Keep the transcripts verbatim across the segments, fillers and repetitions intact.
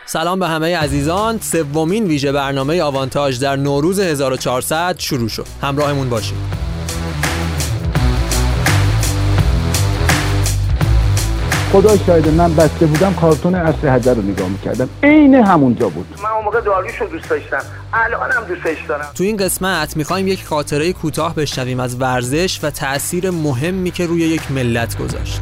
سلام به همه عزیزان. سومین ویژه برنامه آوانتاژ در نوروز هزار و چهارصد شروع شد. همراهمون باشید. خدا شاید من بسته بودم کارتون عصر حجر رو نگاه میکردم، عین همونجا بود. من اون موقع داریوش رو دوست داشتم، الانم دوستش دارم. تو این قسمت میخوایم یک خاطره کوتاه بشنویم از ورزش و تأثیر مهمی که روی یک ملت گذاشت.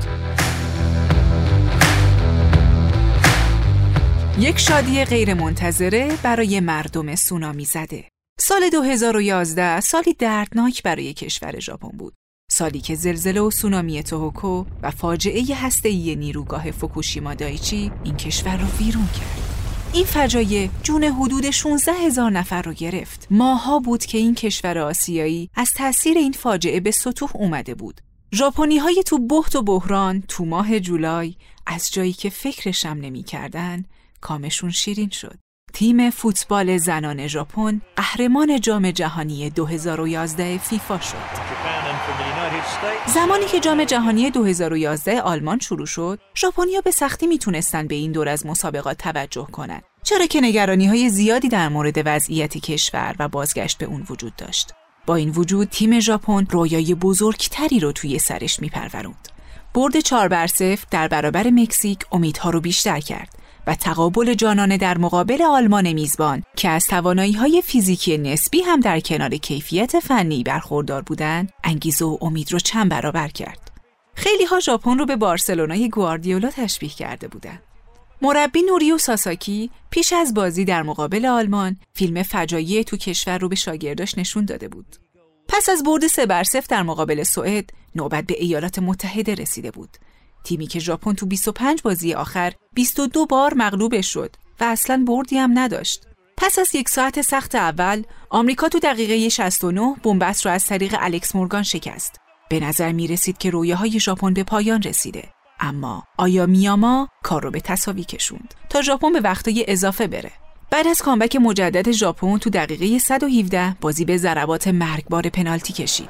یک شادی غیر منتظره برای مردم سونامی زده. سال دو هزار و یازده سالی دردناک برای کشور ژاپن بود. سالی که زلزله و سونامی توهوکو و فاجعه هسته‌ای نیروگاه فوکوشیما دایچی این کشور رو ویران کرد. این فجایع جون حدود شانزده هزار نفر رو گرفت. ماها بود که این کشور آسیایی از تأثیر این فاجعه به سطوح اومده بود. ژاپنی‌های تو بحت و بحران تو ماه جولای از جایی که فکرشم نمی‌کردن کامشون شیرین شد. تیم فوتبال زنان ژاپن قهرمان جام جهانی دو هزار و یازده فیفا شد. زمانی که جام جهانی دو هزار و یازده آلمان شروع شد، ژاپنی‌ها به سختی میتونستن به این دور از مسابقات توجه کنن، چرا که نگرانی‌های زیادی در مورد وضعیت کشور و بازگشت به اون وجود داشت. با این وجود تیم ژاپن رویای بزرگتری رو توی سرش میپروروند. برد چهار بر صفر در برابر مکزیک امیدها رو بیشتر کرد و تقابل جانانه در مقابل آلمان میزبان که از توانایی‌های فیزیکی نسبی هم در کنار کیفیت فنی برخوردار بودند، انگیزه و امید رو چند برابر کرد. خیلی‌ها ژاپن رو به بارسلونای گواردیولا تشبیه کرده بودند. مربی نوریو ساساکی پیش از بازی در مقابل آلمان فیلم فجایع تو کشور رو به شاگرداش نشون داده بود. پس از برد سه بر صفر در مقابل سوئد، نوبت به ایالات متحده رسیده بود. تیمی که ژاپن تو بیست و پنج بازی آخر بیست و دو بار مغلوبش شد و اصلاً بردی هم نداشت. پس از یک ساعت سخت اول، آمریکا تو دقیقه شصت و نه بنبست رو از طریق الکس مورگان شکست. به نظر می رسید که رویاهای ژاپن به پایان رسیده. اما آیا میاما کار رو به تساوی کشوند تا ژاپن به وقتای اضافه بره. بعد از کامبک مجدد ژاپن تو دقیقه صد و هفده بازی به ضربات مرگبار پنالتی کشید.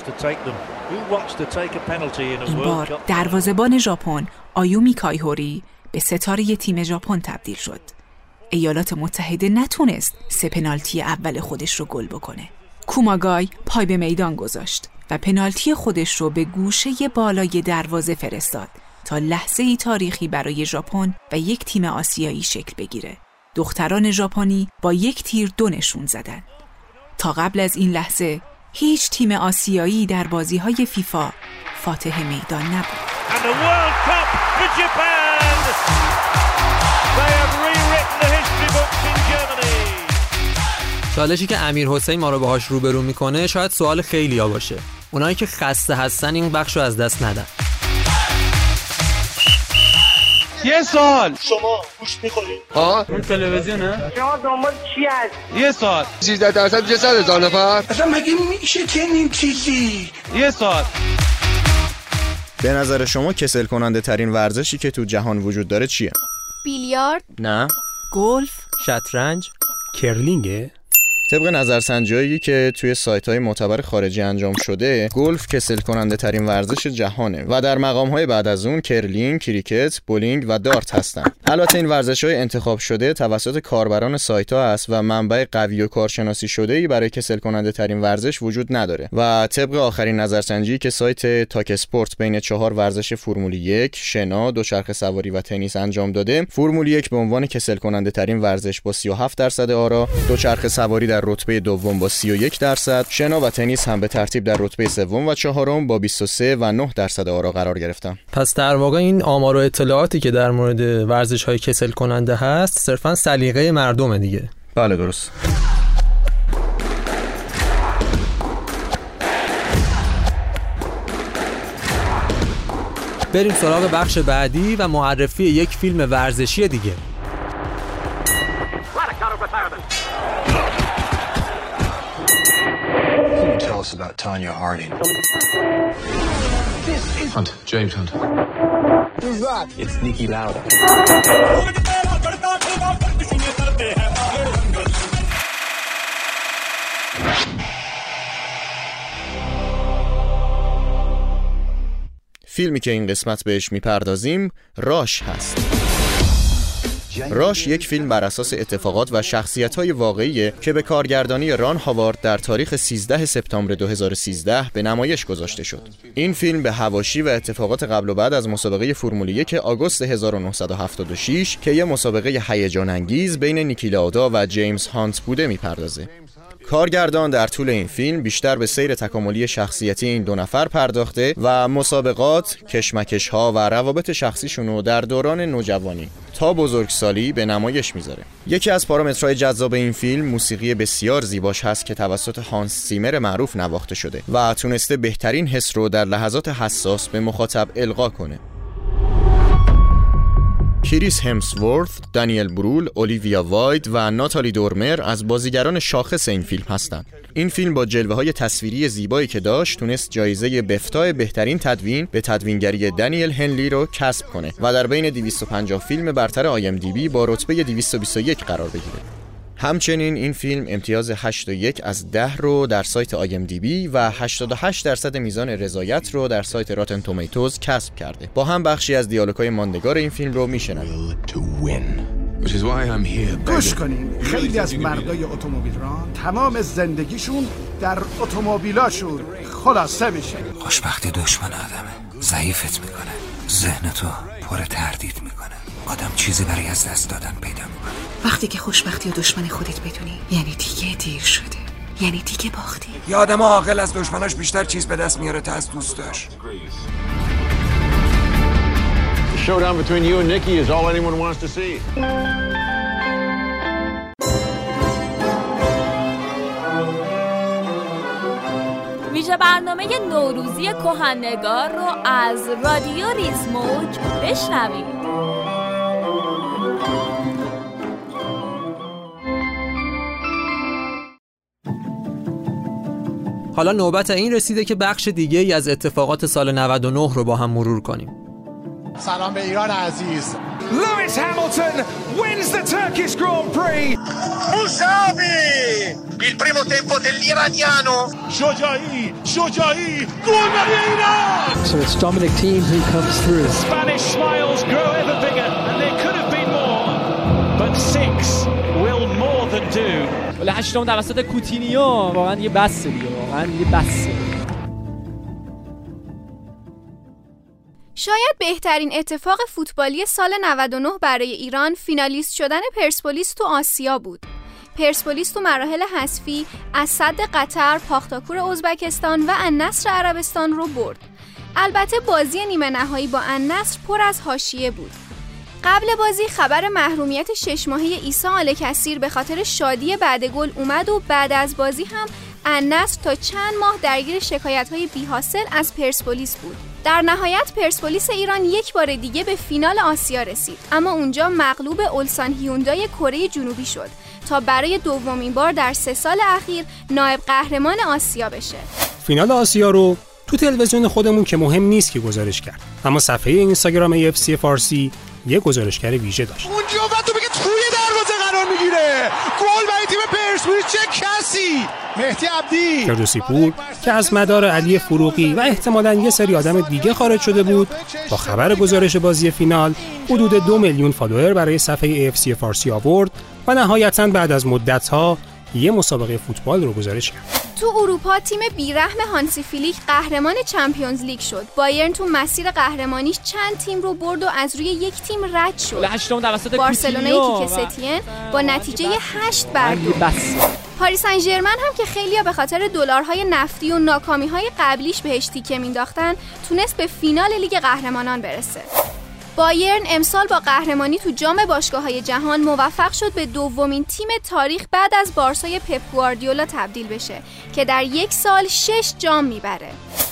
این بار دروازه‌بان ژاپن آیومی کایهوری به ستاره تیم ژاپن تبدیل شد. ایالات متحده نتونست سه پنالتی اول خودش رو گل بکنه. کوماگای پای به میدان گذاشت و پنالتی خودش رو به گوشه بالای دروازه فرستاد تا لحظه‌ای تاریخی برای ژاپن و یک تیم آسیایی شکل بگیره. دختران ژاپنی با یک تیر دو نشون زدن. تا قبل از این لحظه هیچ تیم آسیایی در بازی‌های فیفا فاتح میدان نبود. چالشی که امیر حسین ما رو باهاش روبرو میکنه شاید سوال خیلیا باشه. اونایی که خسته هستن این بخشو از دست ندن. یه سال شما گوشت می‌خورید؟ ها؟ اون تلویزیونه؟ شما دنبال چی هست؟ یه سال سیزده درصد میشه صد هزار نفر؟ اصلا مگه میشه چنین چیزی؟ یه سال. به نظر شما کسل کننده ترین ورزشی که تو جهان وجود داره چیه؟ بیلیارد؟ نه. گلف؟ شطرنج؟ کرلینگه؟ طبق نظرسنجی‌هایی که توی سایت‌های معتبر خارجی انجام شده، گلف کسل کننده ترین ورزش جهانه و در مقام‌های بعد از اون کرلینگ، کریکت، بولینگ و دارت هستن. البته این ورزش‌های انتخاب شده توسط کاربران سایت‌ها است و منبع قوی و کارشناسی شده‌ای برای کسل کننده ترین ورزش وجود نداره. و طبق آخرین نظرسنجی که سایت تاک اسپورت بین چهار ورزش فرمول یک، شنا، دوچرخه سواری و تنیس انجام داده، فرمول یک به عنوان کسل کننده ترین ورزش با سی و هفت درصد آرا، دوچرخه سواری در رتبه دوم با سی و یک درصد، شنا و تنیس هم به ترتیب در رتبه سوم و چهارم با بیست و سه و نه درصد آرا قرار گرفتن. پس در واقع این آمار و اطلاعاتی که در مورد ورزش‌های کسل کننده هست صرفاً سلیقه مردمه دیگه. بله درست. بریم سراغ بخش بعدی و معرفی یک فیلم ورزشی دیگه. Tell us about Tanya Harding. Hunt, James Hunt. Who's that? It's Nikki Lauda. فیلمی که این قسمت بهش میپردازیم راش هست. راش یک فیلم بر اساس اتفاقات و شخصیت‌های واقعیه که به کارگردانی ران هاوارد در تاریخ سیزدهم سپتامبر دو هزار و سیزده به نمایش گذاشته شد. این فیلم به حواشی و اتفاقات قبل و بعد از مسابقه فرمول یک آگوست هزار و نهصد و هفتاد و شش که یه مسابقه هیجان انگیز بین نیکی لاودا و جیمز هانت بوده میپردازه. کارگردان در طول این فیلم بیشتر به سیر تکاملی شخصیتی این دو نفر پرداخته و مسابقات، کشمکش‌ها و روابط شخصیشون رو در دوران نوجوانی تا بزرگسالی به نمایش میذاره. یکی از پارامترهای جذاب این فیلم موسیقی بسیار زیباش هست که توسط هانس زیمر معروف نواخته شده و تونسته بهترین حس رو در لحظات حساس به مخاطب القا کنه. کریس همسورث، دانیل برول، اولیویا واید و ناتالی دورمر از بازیگران شاخص این فیلم هستند. این فیلم با جلوه‌های تصویری زیبایی که داشت تونست جایزه بفتا بهترین تدوین به تدوینگری دانیل هنلی رو کسب کنه و در بین دویست و پنجاه فیلم برتر آی ام دی بی با رتبه دویست و بیست و یک قرار بگیره. همچنین این فیلم امتیاز هشت و یک از ده رو در سایت آی ام دی بی و هشتاد و هشت درصد میزان رضایت رو در سایت راتن تومیتوز کسب کرده. با هم بخشی از دیالوگ‌های ماندگار این فیلم رو میشنویم. گوش کنین، خیلی از مردای اتومبیلران تمام زندگیشون در اتومبیلاشون خلاصه میشه. خوشبختی دشمن آدمه، ضعیفت میکنه، ذهنتو پر تردید میکنه، آدم چیزی برای از دست دادن پیدا میکنه. وقتی که خوشبختی و دشمن خودت بدونی یعنی دیگه دیر شده، یعنی دیگه باختی. یه آدم عاقل از دشمناش بیشتر چیز به دست میاره تا از دوستاش. The showdown between you and Nikki is all anyone wants to see. ویژه برنامه نوروزی کهنگار رو از رادیو ریزموج بشنوید. حالا نوبت این رسیده که بخش دیگه ای از اتفاقات سال نود و نه رو با هم مرور کنیم. سلام به ایران عزیز. Lewis Hamilton wins the Turkish Grand Prix. Musavi, il primo tempo dell'iraniano. شجاعی، شجاعی، گل برای ایران. So it's Dominic Thiem who comes through. Spanish smiles grow ever bigger and there could have been more, but six will more than do. ولی هشتم توسط کوتینیو واقعا یه بسه دیگه، واقعا یه بسه. شاید بهترین اتفاق فوتبالی سال نود و نه برای ایران فینالیست شدن پرسپولیس تو آسیا بود. پرسپولیس تو مراحل حذفی از صد قطر، پاختاکور ازبکستان و النصر عربستان رو برد. البته بازی نیمه نهایی با النصر پر از حاشیه بود. قبل بازی خبر محرومیت شش ماهه عیسی آل‌کثیر به خاطر شادی بعد گل اومد و بعد از بازی هم النصر تا چند ماه درگیر شکایت‌های بی‌حاصل از پرسپولیس بود. در نهایت پرسپولیس ایران یک بار دیگه به فینال آسیا رسید، اما اونجا مغلوب اولسان هیوندای کره جنوبی شد تا برای دومین بار در سه سال اخیر نایب قهرمان آسیا بشه. فینال آسیا رو تو تلویزیون خودمون که مهم نیست که گزارش کرد، اما صفحه اینستاگرام ای اف سی فارسی یه گزارشگر ویژه داشت. اونجا بعد تو بگه توی دروازه قرار میگیره. گل برای تیم پرسپولیس، چه کسی! مهدی عبدی. فردوسی پور که از مدار علی فروغی و احتمالاً یه سری آدم دیگه خارج شده بود، با خبر گزارش بازی فینال حدود دو میلیون فالوور برای صفحه ای اف سی فارسی آورد و نهایتاً بعد از مدت‌ها یه مسابقه فوتبال رو گزارش کرد. تو اروپا تیم بیرحم هانسی فلیک قهرمان چمپیونز لیگ شد. بایرن تو مسیر قهرمانیش چند تیم رو برد و از روی یک تیم رد شد. بارسلونای کیک ستین با نتیجه هشت بر دو. پاریس سن ژرمن هم که خیلیا به خاطر دلارهای نفتی و ناکامی‌های قبلیش بهش تیکه مینداختن، تونست به فینال لیگ قهرمانان برسه. بایرن امسال با قهرمانی تو جام باشگاه‌های جهان موفق شد به دومین تیم تاریخ بعد از بارسای پپ گواردیولا تبدیل بشه که در یک سال شش جام میبره.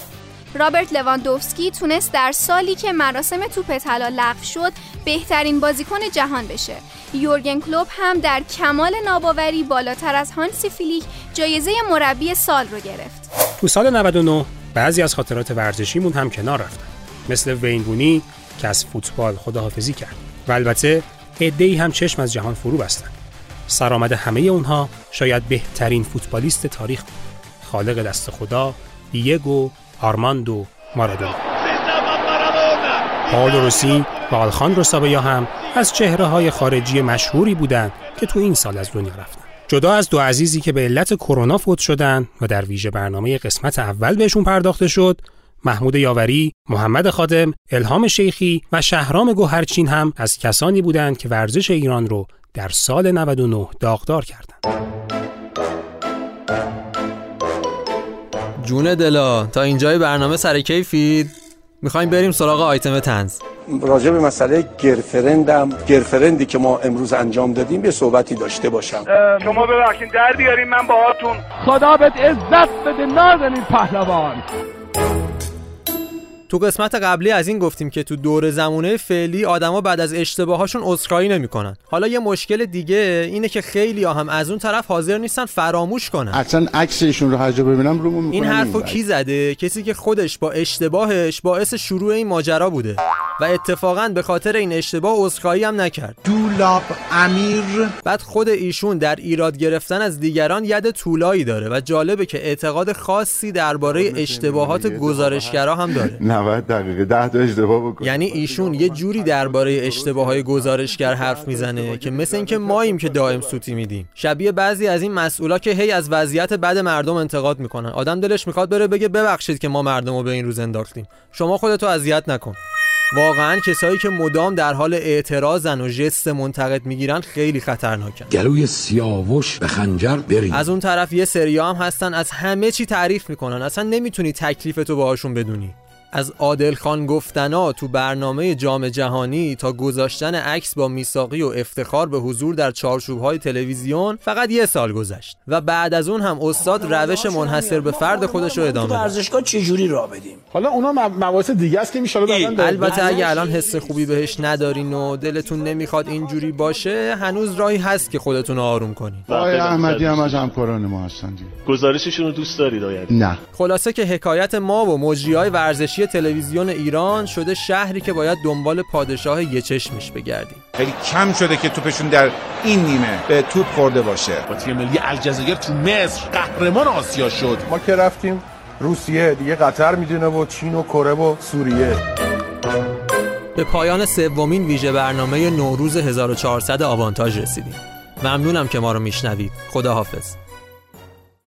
رابرت لواندوفسکی تونست در سالی که مراسم توپ طلا لغو شد بهترین بازیکن جهان بشه. یورگن کلوپ هم در کمال ناباوری بالاتر از هانسی فلیک جایزه مربی سال رو گرفت. تو سال نود و نه بعضی از خاطرات ورزشیمون هم کنار رفتن، مثل وین رونی که از فوتبال خداحافظی کرد و البته عده‌ای هم چشم از جهان فرو بستن. سرآمد همه اونها شاید بهترین فوتبالیست تاریخ بود، خالق دست خدا دیگو آرماندو مارادونا. پائولو روسی و آلخاندرو سابیا هم از چهره‌های خارجی مشهوری بودند که تو این سال از دنیا رفتن. جدا از دو عزیزی که به علت کرونا فوت شدن و در ویژه برنامه قسمت اول بهشون پرداخته شد، محمود یاوری، محمد خادم، الهام شیخی و شهرام گوهرچین هم از کسانی بودند که ورزش ایران رو در سال نود و نه داغدار کردند. جون دلا، تا اینجای برنامه سر کیفید؟ میخوایم بریم سراغ آیتم طنز. راجع به مسئله گرفرندم گرفرندی که ما امروز انجام دادیم یه صحبتی داشته باشم. شما ببخشید در بیاریم من باهاتون. خدا بهت عزت بده نازنین پهلوان. تو قسمت قبلی از این گفتیم که تو دور زمانه فعلی آدما بعد از اشتباهاشون عذرخواهی نمیکنن. حالا یه مشکل دیگه اینه که خیلی ها هم از اون طرف حاضر نیستن فراموش کنن. اصلا عکسشون رو هر جا ببینم رومو میکنم. این حرفو کی زده؟ کسی که خودش با اشتباهش باعث شروع این ماجرا بوده و اتفاقا به خاطر این اشتباه عذرخواهی هم نکرد. دولاب امیر. بعد خود ایشون در ایراد گرفتن از دیگران ید طولایی داره و جالبه که اعتقاد خاصی درباره اشتباهات گزارشگرا هم داره. نود دقیقه ده تا اشتباه بکنه. یعنی ایشون یه جوری درباره اشتباههای گزارشگر حرف میزنه که مثل اینکه ماییم که دائم سوتی میدیم. شبیه بعضی از این مسئولا که هی از وضعیت بد مردم انتقاد میکنن. آدم دلش میخواد بره بگه ببخشید که ما مردمو به این روز انداختیم. شما خودتو اذیت نکن. واقعا کسایی که مدام در حال اعتراضن و ژست منتقد میگیرن خیلی خطرناکن. گلوی سیاوش به خنجر بریم. از اون طرف یه سریا هم هستن از همه چی تعریف میکنن. اصلا نمیتونی تکلیفتو باهاشون بدونی. از عادل خان گفتنا تو برنامه جام جهانی تا گذاشتن عکس با میثاقی و افتخار به حضور در چارچوب‌های تلویزیون فقط یه سال گذشت و بعد از اون هم استاد روش منحصر به فرد خودش رو ادامه داد. ورزشگاه چه جوری راه بدیم؟ حالا اونا مباحث دیگه است که ان شاءالله البته اگه الان حس خوبی بهش ندارین و دلتون نمیخواد اینجوری باشه، هنوز راهی هست که خودتون رو آروم کنین. آقای احمدی هم از همکاران ما هستن. گزارششون رو دوست دارید آید؟ نه. خلاصه که حکایت ما و مجریای ورزشی تلویزیون ایران شده شهری که باید دنبال پادشاه یه چشمش بگردیم. خیلی کم شده که توپشون در این نیمه به توپ خورده باشه. با تیم ملی الجزایر تو مصر قهرمان آسیا شد. ما که رفتیم روسیه، دیگه قطر میدونه و چین و کره و سوریه. به پایان سومین ویژه برنامه نوروز هزار و چهارصد آوانتاژ رسیدیم. ممنونم که ما رو میشنوید. خداحافظ.